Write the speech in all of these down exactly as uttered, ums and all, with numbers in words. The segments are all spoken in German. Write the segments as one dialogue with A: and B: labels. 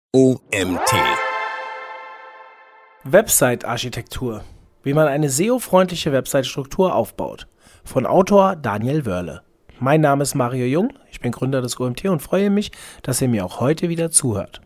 A: O M T.
B: Website-Architektur. Wie man eine S E O-freundliche Website-Struktur aufbaut. Von Autor Daniel Wörle. Mein Name ist Mario Jung, ich bin Gründer des O M T und freue mich, dass ihr mir auch heute wieder zuhört.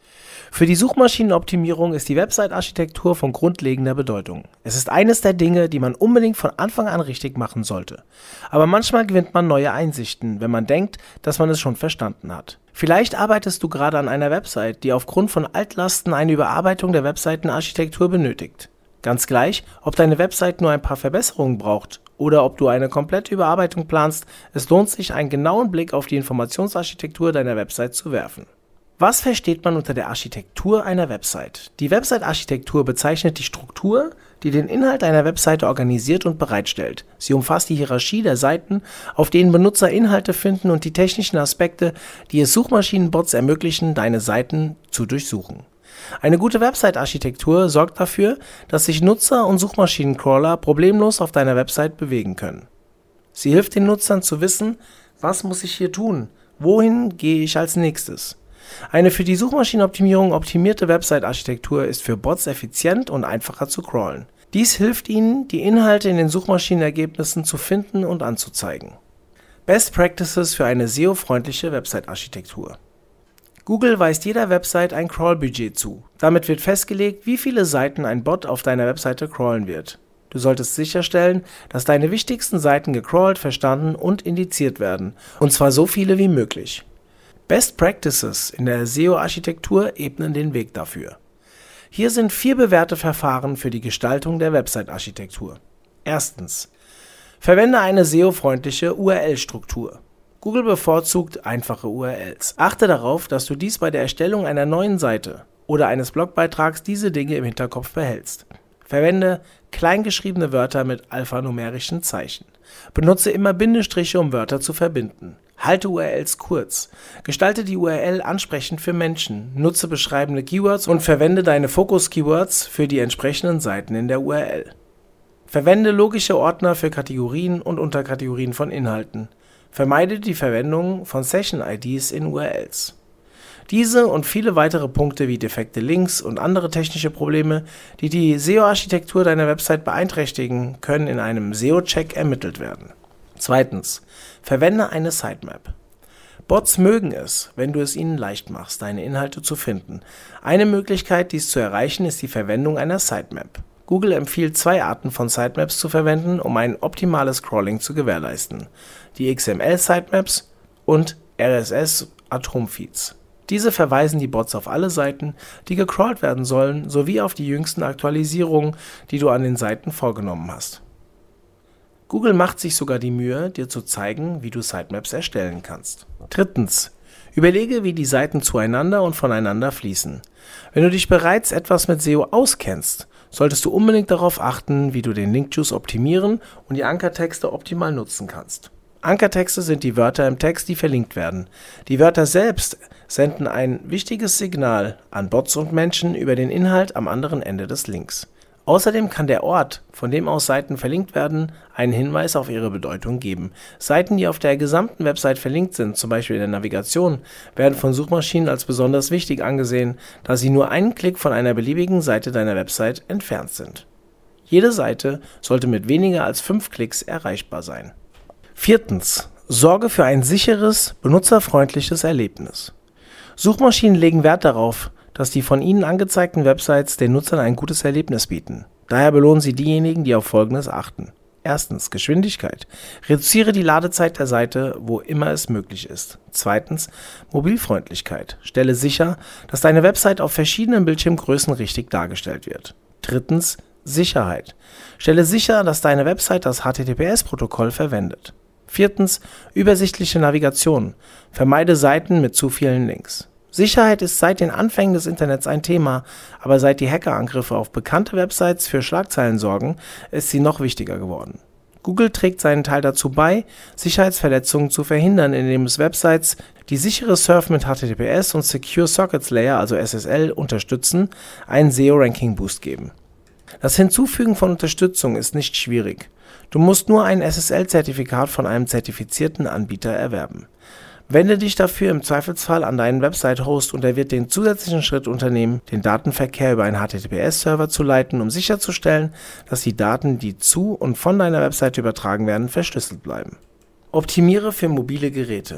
B: Für die Suchmaschinenoptimierung ist die Website-Architektur von grundlegender Bedeutung. Es ist eines der Dinge, die man unbedingt von Anfang an richtig machen sollte. Aber manchmal gewinnt man neue Einsichten, wenn man denkt, dass man es schon verstanden hat. Vielleicht arbeitest du gerade an einer Website, die aufgrund von Altlasten eine Überarbeitung der Webseitenarchitektur benötigt. Ganz gleich, ob deine Website nur ein paar Verbesserungen braucht oder ob du eine komplette Überarbeitung planst, es lohnt sich, einen genauen Blick auf die Informationsarchitektur deiner Website zu werfen. Was versteht man unter der Architektur einer Website? Die Website-Architektur bezeichnet die Struktur, die den Inhalt einer Webseite organisiert und bereitstellt. Sie umfasst die Hierarchie der Seiten, auf denen Benutzer Inhalte finden, und die technischen Aspekte, die es Suchmaschinenbots ermöglichen, deine Seiten zu durchsuchen. Eine gute Website-Architektur sorgt dafür, dass sich Nutzer und Suchmaschinencrawler problemlos auf deiner Website bewegen können. Sie hilft den Nutzern zu wissen, was muss ich hier tun, wohin gehe ich als nächstes. Eine für die Suchmaschinenoptimierung optimierte Website-Architektur ist für Bots effizient und einfacher zu crawlen. Dies hilft ihnen, die Inhalte in den Suchmaschinenergebnissen zu finden und anzuzeigen. Best Practices für eine S E O-freundliche Website-Architektur. Google weist jeder Website ein Crawl-Budget zu. Damit wird festgelegt, wie viele Seiten ein Bot auf deiner Webseite crawlen wird. Du solltest sicherstellen, dass deine wichtigsten Seiten gecrawlt, verstanden und indiziert werden, und zwar so viele wie möglich. Best Practices in der S E O-Architektur ebnen den Weg dafür. Hier sind vier bewährte Verfahren für die Gestaltung der Website-Architektur. Erstens. Verwende eine S E O-freundliche U R L-Struktur. Google bevorzugt einfache U R Ls. Achte darauf, dass du dies bei der Erstellung einer neuen Seite oder eines Blogbeitrags diese Dinge im Hinterkopf behältst. Verwende kleingeschriebene Wörter mit alphanumerischen Zeichen. Benutze immer Bindestriche, um Wörter zu verbinden. Halte U R Ls kurz. Gestalte die U R L ansprechend für Menschen. Nutze beschreibende Keywords und verwende deine Fokus-Keywords für die entsprechenden Seiten in der U R L. Verwende logische Ordner für Kategorien und Unterkategorien von Inhalten. Vermeide die Verwendung von Session-I Ds in U R Ls. Diese und viele weitere Punkte wie defekte Links und andere technische Probleme, die die S E O-Architektur deiner Website beeinträchtigen, können in einem S E O-Check ermittelt werden. Zweitens. Verwende eine Sitemap. Bots mögen es, wenn du es ihnen leicht machst, deine Inhalte zu finden. Eine Möglichkeit, dies zu erreichen, ist die Verwendung einer Sitemap. Google empfiehlt zwei Arten von Sitemaps zu verwenden, um ein optimales Crawling zu gewährleisten: die X M L-Sitemaps und R S S-Atom-Feeds. Diese verweisen die Bots auf alle Seiten, die gecrawlt werden sollen, sowie auf die jüngsten Aktualisierungen, die du an den Seiten vorgenommen hast. Google macht sich sogar die Mühe, dir zu zeigen, wie du Sitemaps erstellen kannst. Drittens. Überlege, wie die Seiten zueinander und voneinander fließen. Wenn du dich bereits etwas mit S E O auskennst, solltest du unbedingt darauf achten, wie du den Link-Juice optimieren und die Ankertexte optimal nutzen kannst. Ankertexte sind die Wörter im Text, die verlinkt werden. Die Wörter selbst senden ein wichtiges Signal an Bots und Menschen über den Inhalt am anderen Ende des Links. Außerdem kann der Ort, von dem aus Seiten verlinkt werden, einen Hinweis auf ihre Bedeutung geben. Seiten, die auf der gesamten Website verlinkt sind, zum Beispiel in der Navigation, werden von Suchmaschinen als besonders wichtig angesehen, da sie nur einen Klick von einer beliebigen Seite deiner Website entfernt sind. Jede Seite sollte mit weniger als fünf Klicks erreichbar sein. Viertens. Sorge für ein sicheres, benutzerfreundliches Erlebnis. Suchmaschinen legen Wert darauf, dass die von ihnen angezeigten Websites den Nutzern ein gutes Erlebnis bieten. Daher belohnen sie diejenigen, die auf Folgendes achten. Erstens. Geschwindigkeit. Reduziere die Ladezeit der Seite, wo immer es möglich ist. Zweitens. Mobilfreundlichkeit. Stelle sicher, dass deine Website auf verschiedenen Bildschirmgrößen richtig dargestellt wird. Drittens. Sicherheit. Stelle sicher, dass deine Website das H T T P S-Protokoll verwendet. Viertens. Übersichtliche Navigation. Vermeide Seiten mit zu vielen Links. Sicherheit ist seit den Anfängen des Internets ein Thema, aber seit die Hackerangriffe auf bekannte Websites für Schlagzeilen sorgen, ist sie noch wichtiger geworden. Google trägt seinen Teil dazu bei, Sicherheitsverletzungen zu verhindern, indem es Websites, die sichere Surfen mit H T T P S und Secure Sockets Layer, also S S L, unterstützen, einen S E O-Ranking-Boost geben. Das Hinzufügen von Unterstützung ist nicht schwierig. Du musst nur ein S S L-Zertifikat von einem zertifizierten Anbieter erwerben. Wende dich dafür im Zweifelsfall an deinen Website-Host und er wird den zusätzlichen Schritt unternehmen, den Datenverkehr über einen H T T P S-Server zu leiten, um sicherzustellen, dass die Daten, die zu und von deiner Website übertragen werden, verschlüsselt bleiben. Optimiere für mobile Geräte.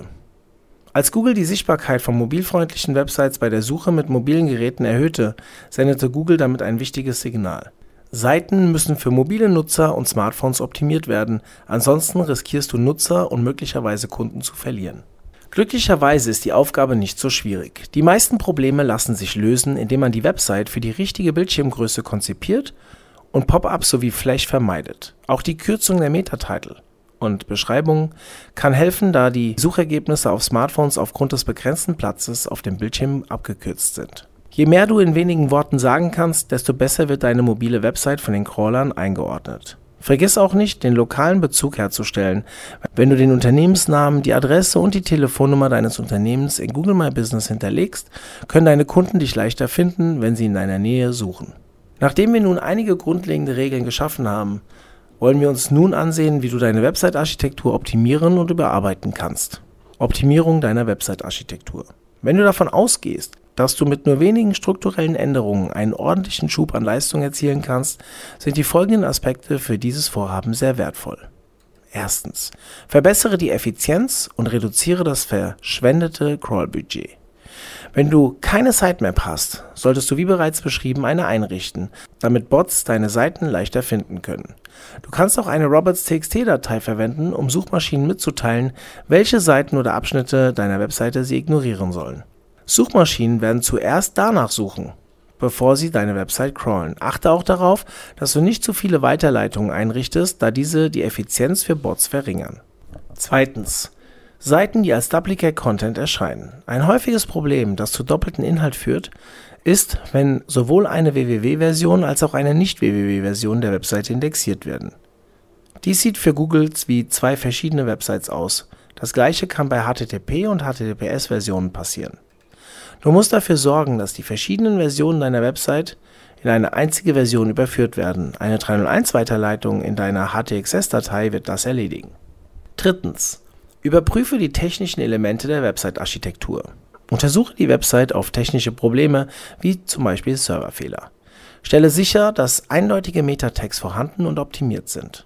B: Als Google die Sichtbarkeit von mobilfreundlichen Websites bei der Suche mit mobilen Geräten erhöhte, sendete Google damit ein wichtiges Signal. Seiten müssen für mobile Nutzer und Smartphones optimiert werden, ansonsten riskierst du Nutzer und möglicherweise Kunden zu verlieren. Glücklicherweise ist die Aufgabe nicht so schwierig. Die meisten Probleme lassen sich lösen, indem man die Website für die richtige Bildschirmgröße konzipiert und Pop-ups sowie Flash vermeidet. Auch die Kürzung der Metatitel und Beschreibungen kann helfen, da die Suchergebnisse auf Smartphones aufgrund des begrenzten Platzes auf dem Bildschirm abgekürzt sind. Je mehr du in wenigen Worten sagen kannst, desto besser wird deine mobile Website von den Crawlern eingeordnet. Vergiss auch nicht, den lokalen Bezug herzustellen. Wenn du den Unternehmensnamen, die Adresse und die Telefonnummer deines Unternehmens in Google My Business hinterlegst, können deine Kunden dich leichter finden, wenn sie in deiner Nähe suchen. Nachdem wir nun einige grundlegende Regeln geschaffen haben, wollen wir uns nun ansehen, wie du deine Website-Architektur optimieren und überarbeiten kannst. Optimierung deiner Website-Architektur. Wenn du davon ausgehst, dass du mit nur wenigen strukturellen Änderungen einen ordentlichen Schub an Leistung erzielen kannst, sind die folgenden Aspekte für dieses Vorhaben sehr wertvoll. Erstens. Verbessere die Effizienz und reduziere das verschwendete Crawl-Budget. Wenn du keine Sitemap hast, solltest du wie bereits beschrieben eine einrichten, damit Bots deine Seiten leichter finden können. Du kannst auch eine robots.txt-Datei verwenden, um Suchmaschinen mitzuteilen, welche Seiten oder Abschnitte deiner Webseite sie ignorieren sollen. Suchmaschinen werden zuerst danach suchen, bevor sie deine Website crawlen. Achte auch darauf, dass du nicht zu viele Weiterleitungen einrichtest, da diese die Effizienz für Bots verringern. Zweitens. Seiten, die als Duplicate Content erscheinen. Ein häufiges Problem, das zu doppelten Inhalt führt, ist, wenn sowohl eine W W W-Version als auch eine Nicht-W W W-Version der Webseite indexiert werden. Dies sieht für Google wie zwei verschiedene Websites aus. Das gleiche kann bei H T T P und H T T P S-Versionen passieren. Du musst dafür sorgen, dass die verschiedenen Versionen deiner Website in eine einzige Version überführt werden. Eine drei null eins-Weiterleitung in deiner H T X S-Datei wird das erledigen. Drittens. Überprüfe die technischen Elemente der Website-Architektur. Untersuche die Website auf technische Probleme, wie zum Beispiel Serverfehler. Stelle sicher, dass eindeutige Metatext vorhanden und optimiert sind.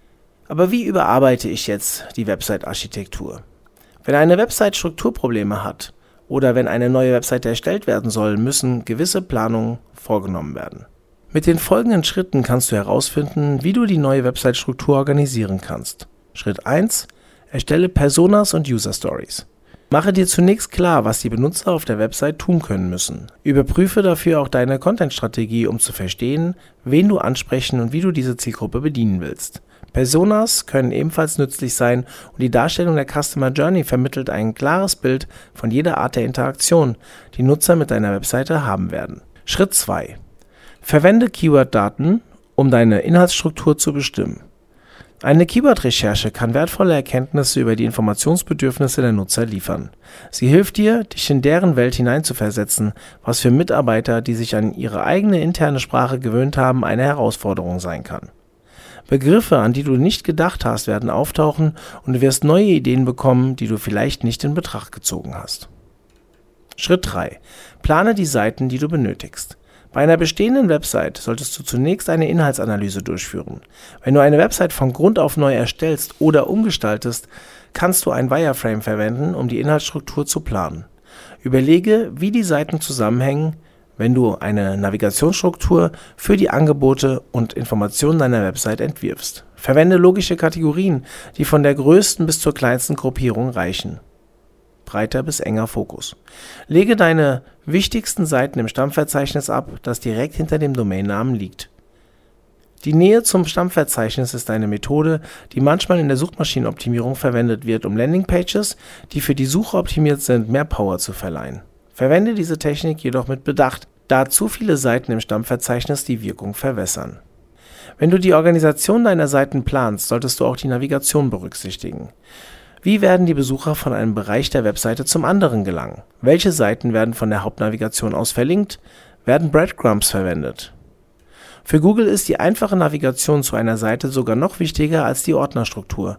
B: Aber wie überarbeite ich jetzt die Website-Architektur? Wenn eine Website Strukturprobleme hat oder wenn eine neue Website erstellt werden soll, müssen gewisse Planungen vorgenommen werden. Mit den folgenden Schritten kannst du herausfinden, wie du die neue Website-Struktur organisieren kannst. Schritt eins. Erstelle Personas und User Stories. Mache dir zunächst klar, was die Benutzer auf der Website tun können müssen. Überprüfe dafür auch deine Content-Strategie, um zu verstehen, wen du ansprechen und wie du diese Zielgruppe bedienen willst. Personas können ebenfalls nützlich sein und die Darstellung der Customer Journey vermittelt ein klares Bild von jeder Art der Interaktion, die Nutzer mit deiner Webseite haben werden. Schritt zwei. Verwende Keyword-Daten, um deine Inhaltsstruktur zu bestimmen. Eine Keyword-Recherche kann wertvolle Erkenntnisse über die Informationsbedürfnisse der Nutzer liefern. Sie hilft dir, dich in deren Welt hineinzuversetzen, was für Mitarbeiter, die sich an ihre eigene interne Sprache gewöhnt haben, eine Herausforderung sein kann. Begriffe, an die du nicht gedacht hast, werden auftauchen und du wirst neue Ideen bekommen, die du vielleicht nicht in Betracht gezogen hast. Schritt drei. Plane die Seiten, die du benötigst. Bei einer bestehenden Website solltest du zunächst eine Inhaltsanalyse durchführen. Wenn du eine Website von Grund auf neu erstellst oder umgestaltest, kannst du ein Wireframe verwenden, um die Inhaltsstruktur zu planen. Überlege, wie die Seiten zusammenhängen, wenn du eine Navigationsstruktur für die Angebote und Informationen deiner Website entwirfst. Verwende logische Kategorien, die von der größten bis zur kleinsten Gruppierung reichen. Breiter bis enger Fokus. Lege deine wichtigsten Seiten im Stammverzeichnis ab, das direkt hinter dem Domainnamen liegt. Die Nähe zum Stammverzeichnis ist eine Methode, die manchmal in der Suchmaschinenoptimierung verwendet wird, um Landingpages, die für die Suche optimiert sind, mehr Power zu verleihen. Verwende diese Technik jedoch mit Bedacht, da zu viele Seiten im Stammverzeichnis die Wirkung verwässern. Wenn du die Organisation deiner Seiten planst, solltest du auch die Navigation berücksichtigen. Wie werden die Besucher von einem Bereich der Webseite zum anderen gelangen? Welche Seiten werden von der Hauptnavigation aus verlinkt? Werden Breadcrumbs verwendet? Für Google ist die einfache Navigation zu einer Seite sogar noch wichtiger als die Ordnerstruktur.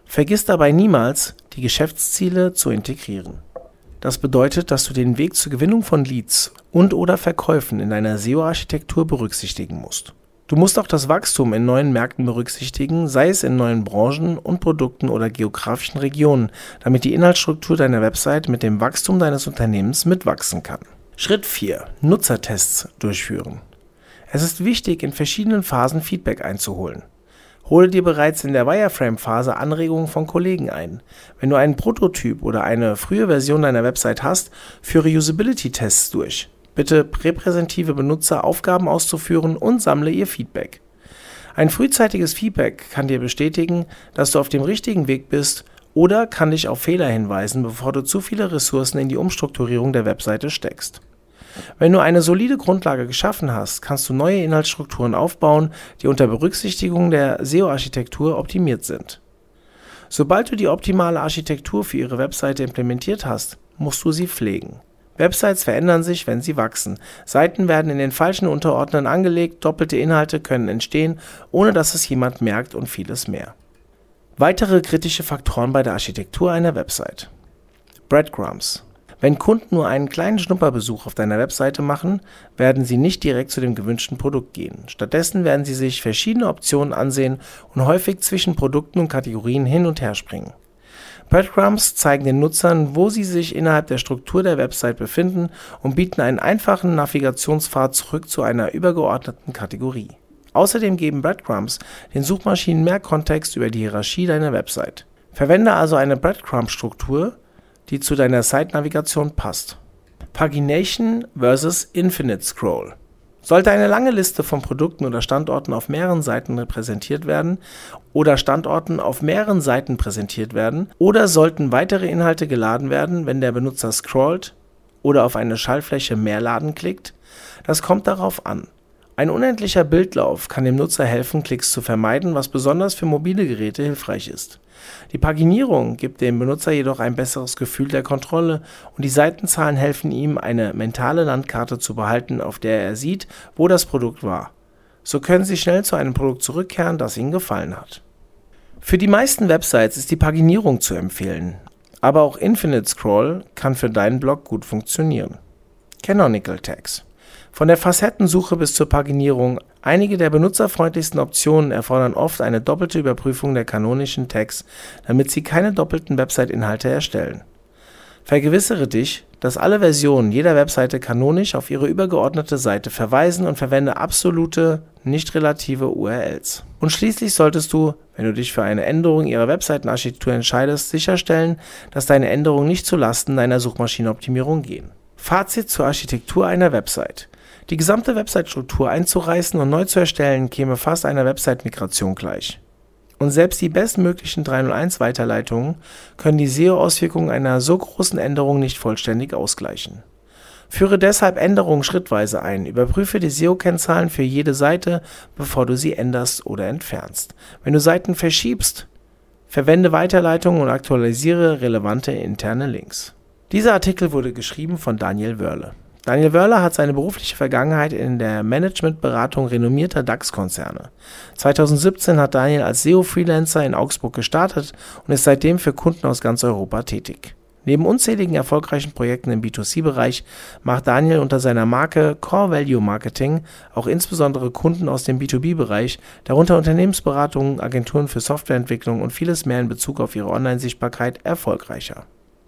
B: Vergiss dabei niemals, die Geschäftsziele zu integrieren. Das bedeutet, dass du den Weg zur Gewinnung von Leads und oder Verkäufen in deiner S E O-Architektur berücksichtigen musst. Du musst auch das Wachstum in neuen Märkten berücksichtigen, sei es in neuen Branchen und Produkten oder geografischen Regionen, damit die Inhaltsstruktur deiner Website mit dem Wachstum deines Unternehmens mitwachsen kann. Schritt vier. Nutzertests durchführen. Es ist wichtig, in verschiedenen Phasen Feedback einzuholen. Hole dir bereits in der Wireframe-Phase Anregungen von Kollegen ein. Wenn du einen Prototyp oder eine frühe Version deiner Website hast, führe Usability-Tests durch. Bitte repräsentative Benutzer Aufgaben auszuführen und sammle ihr Feedback. Ein frühzeitiges Feedback kann dir bestätigen, dass du auf dem richtigen Weg bist oder kann dich auf Fehler hinweisen, bevor du zu viele Ressourcen in die Umstrukturierung der Webseite steckst. Wenn du eine solide Grundlage geschaffen hast, kannst du neue Inhaltsstrukturen aufbauen, die unter Berücksichtigung der S E O-Architektur optimiert sind. Sobald du die optimale Architektur für ihre Webseite implementiert hast, musst du sie pflegen. Websites verändern sich, wenn sie wachsen. Seiten werden in den falschen Unterordnern angelegt, doppelte Inhalte können entstehen, ohne dass es jemand merkt und vieles mehr. Weitere kritische Faktoren bei der Architektur einer Website. Breadcrumbs. Wenn Kunden nur einen kleinen Schnupperbesuch auf deiner Webseite machen, werden sie nicht direkt zu dem gewünschten Produkt gehen. Stattdessen werden sie sich verschiedene Optionen ansehen und häufig zwischen Produkten und Kategorien hin und her springen. Breadcrumbs zeigen den Nutzern, wo sie sich innerhalb der Struktur der Website befinden und bieten einen einfachen Navigationspfad zurück zu einer übergeordneten Kategorie. Außerdem geben Breadcrumbs den Suchmaschinen mehr Kontext über die Hierarchie deiner Website. Verwende also eine Breadcrumb-Struktur, die zu deiner Site-Navigation passt. Pagination versus Infinite Scroll. Sollte eine lange Liste von Produkten oder Standorten auf mehreren Seiten präsentiert werden oder Standorten auf mehreren Seiten präsentiert werden oder sollten weitere Inhalte geladen werden, wenn der Benutzer scrollt oder auf eine Schaltfläche Mehr laden klickt? Das kommt darauf an. Ein unendlicher Bildlauf kann dem Nutzer helfen, Klicks zu vermeiden, was besonders für mobile Geräte hilfreich ist. Die Paginierung gibt dem Benutzer jedoch ein besseres Gefühl der Kontrolle und die Seitenzahlen helfen ihm, eine mentale Landkarte zu behalten, auf der er sieht, wo das Produkt war. So können Sie schnell zu einem Produkt zurückkehren, das Ihnen gefallen hat. Für die meisten Websites ist die Paginierung zu empfehlen, aber auch Infinite Scroll kann für deinen Blog gut funktionieren. Canonical Tags. Von der Facettensuche bis zur Paginierung, einige der benutzerfreundlichsten Optionen erfordern oft eine doppelte Überprüfung der kanonischen Tags, damit sie keine doppelten Website-Inhalte erstellen. Vergewissere dich, dass alle Versionen jeder Webseite kanonisch auf ihre übergeordnete Seite verweisen und verwende absolute, nicht relative U R Ls. Und schließlich solltest du, wenn du dich für eine Änderung ihrer Webseitenarchitektur entscheidest, sicherstellen, dass deine Änderungen nicht zu Lasten deiner Suchmaschinenoptimierung gehen. Fazit zur Architektur einer Website. Die gesamte Website-Struktur einzureißen und neu zu erstellen, käme fast einer Website-Migration gleich. Und selbst die bestmöglichen drei null eins Weiterleitungen können die S E O-Auswirkungen einer so großen Änderung nicht vollständig ausgleichen. Führe deshalb Änderungen schrittweise ein, überprüfe die S E O-Kennzahlen für jede Seite, bevor du sie änderst oder entfernst. Wenn du Seiten verschiebst, verwende Weiterleitungen und aktualisiere relevante interne Links. Dieser Artikel wurde geschrieben von Daniel Wörle. Daniel Wörle hat seine berufliche Vergangenheit in der Managementberatung renommierter DAX-Konzerne. zweitausendsiebzehn hat Daniel als S E O-Freelancer in Augsburg gestartet und ist seitdem für Kunden aus ganz Europa tätig. Neben unzähligen erfolgreichen Projekten im B zwei C-Bereich macht Daniel unter seiner Marke Core Value Marketing auch insbesondere Kunden aus dem B zwei B-Bereich, darunter Unternehmensberatungen, Agenturen für Softwareentwicklung und vieles mehr in Bezug auf ihre Online-Sichtbarkeit erfolgreicher.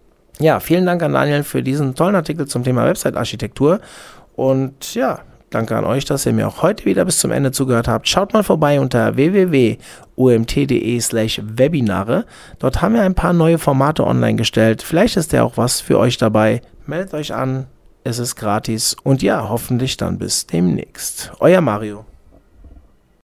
B: Ja, vielen Dank an Daniel für diesen tollen Artikel zum Thema Website-Architektur und ja, danke an euch, dass ihr mir auch heute wieder bis zum Ende zugehört habt. Schaut mal vorbei unter w w w punkt o m t punkt d e slash webinare. Dort haben wir ein paar neue Formate online gestellt. Vielleicht ist ja auch was für euch dabei. Meldet euch an, es ist gratis und ja, hoffentlich dann bis demnächst. Euer Mario.